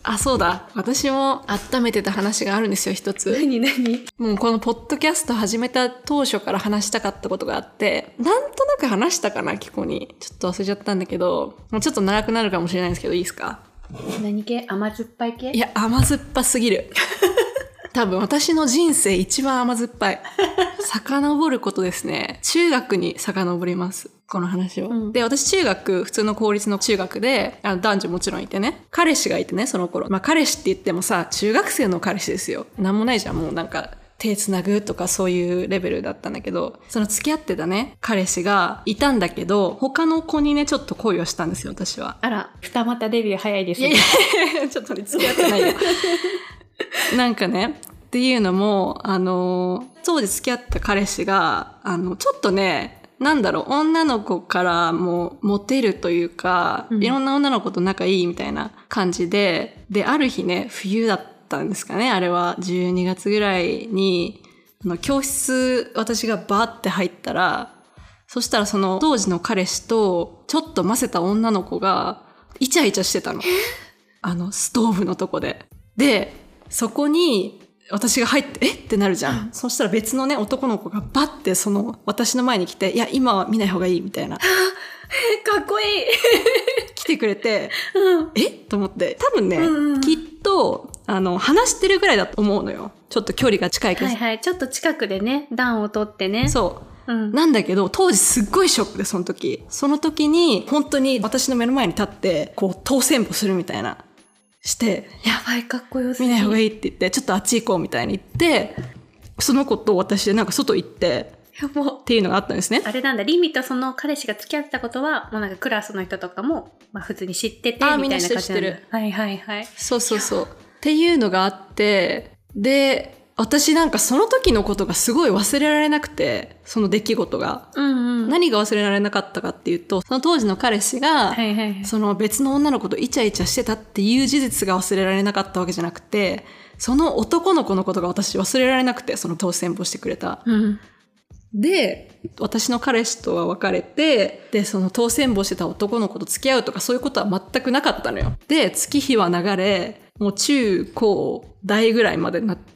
あ、そうだ。私も温めてた話があるんですよ、一つ。 何もうこのポッドキャスト始めた当初から話したかったことがあって、なんとなく話したかな、キコに。ちょっと忘れちゃったんだけど、もうちょっと長くなるかもしれないんですけど、いいですか？ 何系？甘酸っぱい系？ いや、甘酸っぱすぎる。多分私の人生一番甘酸っぱい。遡ることですね。中学に遡ります。この話を。で、私中学、普通の公立の中学で、男女もちろんいてね。彼氏がいてね、その頃。まあ彼氏って言ってもさ、中学生の彼氏ですよ。なんもないじゃん、もうなんか。手つなぐとかそういうレベルだったんだけど、その付き合ってたね、彼氏がいたんだけど、他の子にね、ちょっと恋をしたんですよ、私は。 あら、二股デビュー早いですね。 いやいやちょっとね、付き合ってないよ。なんかね、っていうのも、当時付き合った彼氏が、ちょっとね、なんだろう、女の子からもモテるというか、いろんな女の子と仲いいみたいな感じで、で、ある日ね、冬だったんですかね、あれは12月ぐらいに、教室、私がバーって入ったら、そしたらその当時の彼氏と、ちょっとませた女の子が、イチャイチャしてたの。ストーブのとこで。で、そこに、私が入って、ってなるじゃん。そしたら別のね、男の子がバッて私の前に来て、いや、今は見ない方がいい、みたいな。かっこいい来てくれて、と思って。多分ね、きっと、話してるぐらいだと思うのよ。ちょっと距離が近いけど。 はいはい。ちょっと近くでね、暖を取ってね。 そう。なんだけど、当時すっごいショックで、その時。その時に、本当に私の目の前に立って、こう、当選歩するみたいな。して、 やばい、かっこよすぎ。 見ない方がいいって言って、ちょっとあっち行こうみたいに言って、その子と私でなんか外行って、っていうのがあったんですね。 あれなんだ、リミとその彼氏が付き合ってたことは、もうなんかクラスの人とかも、まあ普通に知ってて、みたいな感じなんだ。 知ってる。 はいはいはい。 そうそうそう。っていうのがあって、で、私なんかその時のことがすごい忘れられなくて、その出来事が。何が忘れられなかったかっていうと、その当時の彼氏が、その別の女の子とイチャイチャしてたっていう事実が忘れられなかったわけじゃなくて、その男の子のことが私忘れられなくて、その当選簿してくれた。で、私の彼氏とは別れて、で、その当選簿してた男の子と付き合うとかそういうことは全くなかったのよ。で、月日は流れ、もう中高大ぐらいまでになって、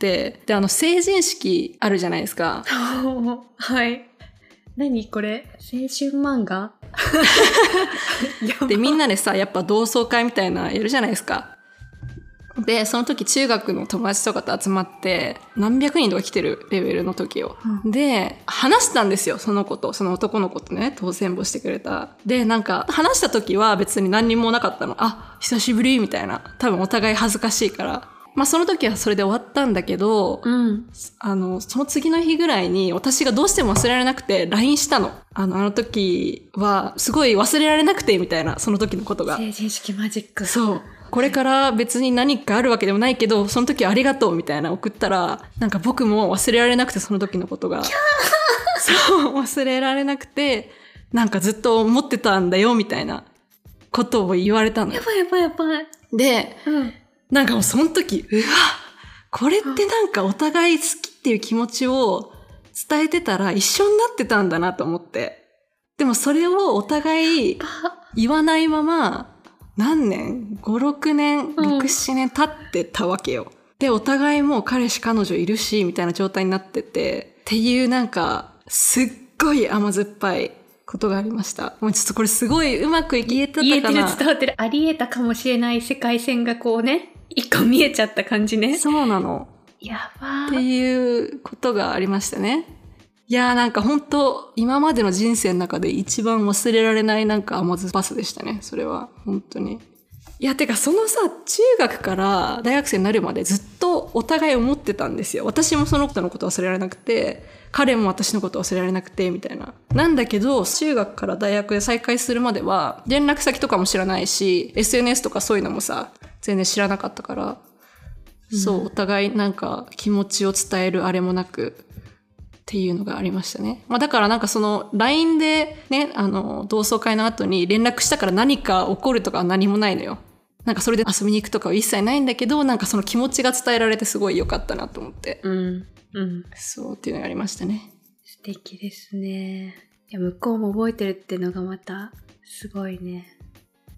で、成人式あるじゃないですか。 はい。何これ？青春漫画で、みんなでさ、やっぱ同窓会みたいなやるじゃないですか。で、その時中学の友達とかと集まって、何百人とか来てるレベルの時を。で、話したんですよ、その子と、その男の子とね、当選簿してくれた。で、なんか、話した時は別に何にもなかったの。あ、久しぶりみたいな。多分お互い恥ずかしいから。まあその時はそれで終わったんだけど、その次の日ぐらいに私がどうしても忘れられなくて LINE したの。あの時はすごい忘れられなくてみたいな、その時のことが。 成人式マジック。 そう。これから別に何かあるわけでもないけど、その時はありがとうみたいな送ったら、なんか僕も忘れられなくてその時のことが。そう、忘れられなくて、なんかずっと思ってたんだよみたいなことを言われたの。 やばいやばいやばい。 で、なんかもうその時、うわ、これってなんかお互い好きっていう気持ちを伝えてたら一緒になってたんだなと思って。でもそれをお互い言わないまま、何年 ?5、6年、6、7年経ってたわけよ。で、お互いもう彼氏彼女いるし、みたいな状態になってて、っていうなんか、すっごい甘酸っぱいことがありました。もうちょっとこれすごいうまく言えたかな。 言えてる、伝わってる。あり得たかもしれない世界線がこうね、一個見えちゃった感じね。 そうなの。 やばー。 っていうことがありましたね。いやーなんか本当今までの人生の中で一番忘れられないなんか甘酸っぱさでしたね。それは本当に。いやてかそのさ、中学から大学生になるまでずっとお互い思ってたんですよ。私もその人のこと忘れられなくて、彼も私のこと忘れられなくてみたいな。なんだけど中学から大学で再会するまでは連絡先とかも知らないし、 SNS とかそういうのもさ全然知らなかったから、そうお互いなんか気持ちを伝えるあれもなくっていうのがありましたね。まあだからなんかその LINE でね、同窓会の後に連絡したから何か起こるとかは何もないのよ。なんかそれで遊びに行くとかは一切ないんだけど、なんかその気持ちが伝えられてすごい良かったなと思って。そうっていうのがありましたね。 素敵ですね。いや、向こうも覚えてるっていうのがまたすごいね。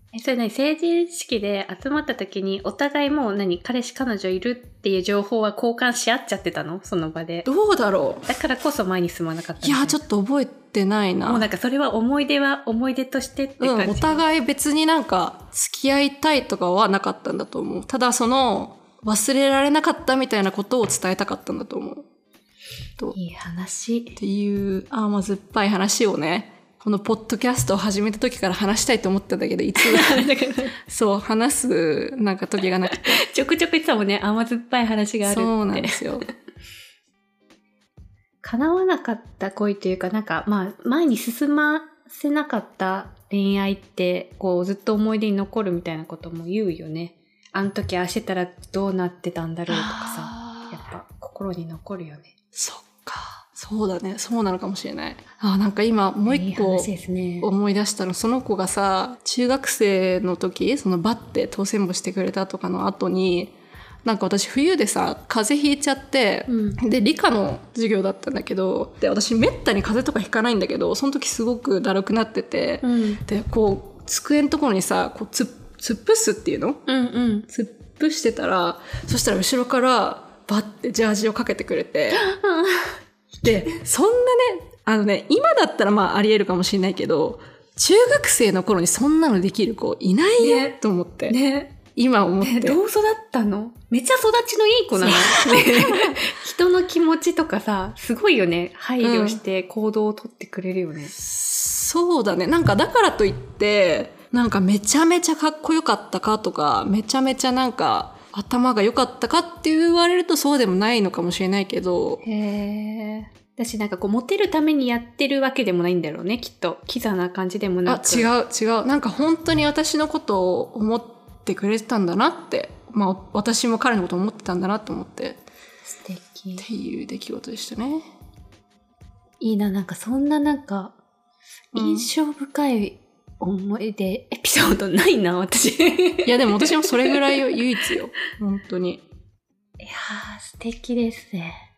それ何、成人式で集まった時にお互いもう彼氏彼女いるっていう情報は交換し合っちゃってたの？その場で。 どうだろう。 だからこそ前に進まなかった。 いや、ちょっと覚えてないな。 もうなんかそれは思い出としてって感じ。 お互い別になんか付き合いたいとかはなかったんだと思う。ただその忘れられなかったみたいなことを伝えたかったんだと思う。 いい話。 っていう甘酸っぱい話をね、このポッドキャストを始めた時から話したいと思ったんだけど、いつそう、話すなんか時がなくて。 ちょくちょく言ってたもんね、甘酸っぱい話があるって。 そうなんですよ。 叶わなかった恋というか、なんかまあ前に進ませなかった恋愛ってこうずっと思い出に残るみたいなことも言うよね。あの時ああしてたらどうなってたんだろうとかさ、やっぱ心に残るよね。 そっか。そうだね。そうなのかもしれない。なんか今もう一個思い出したの、その子がさ、中学生の時、そのバッて当選簿してくれたとかの後に、なんか私冬でさ、風邪ひいちゃって、で、理科の授業だったんだけど、で、私めったに風邪とかひかないんだけど、その時すごくだるくなってて、で、こう、机のところにさ、こう突っ伏すっていうの？突っ伏してたら、そしたら後ろからバッてジャージをかけてくれて、で、そんなね、今だったらまああり得るかもしれないけど、中学生の頃にそんなのできる子いないよ、ね、と思って。ね。今思って。 どう育ったの？めっちゃ育ちのいい子なの。人の気持ちとかさ、すごいよね。配慮して行動をとってくれるよね。 そうだね。なんかだからといって、なんかめちゃめちゃかっこよかったかとか、めちゃめちゃなんか頭が良かったかって言われるとそうでもないのかもしれないけど。 へー。私なんかこうモテるためにやってるわけでもないんだろうね、きっと。キザな感じでもなく。 違う。なんか本当に私のことを思ってくれてたんだなって。まあ私も彼のことを思ってたんだなと思って。 素敵。 っていう出来事でしたね。 いいな、なんかそんななんか印象深い思い出、エピソードないな、私。 いやでも私もそれぐらい唯一よ。本当に。 いやー、素敵ですね。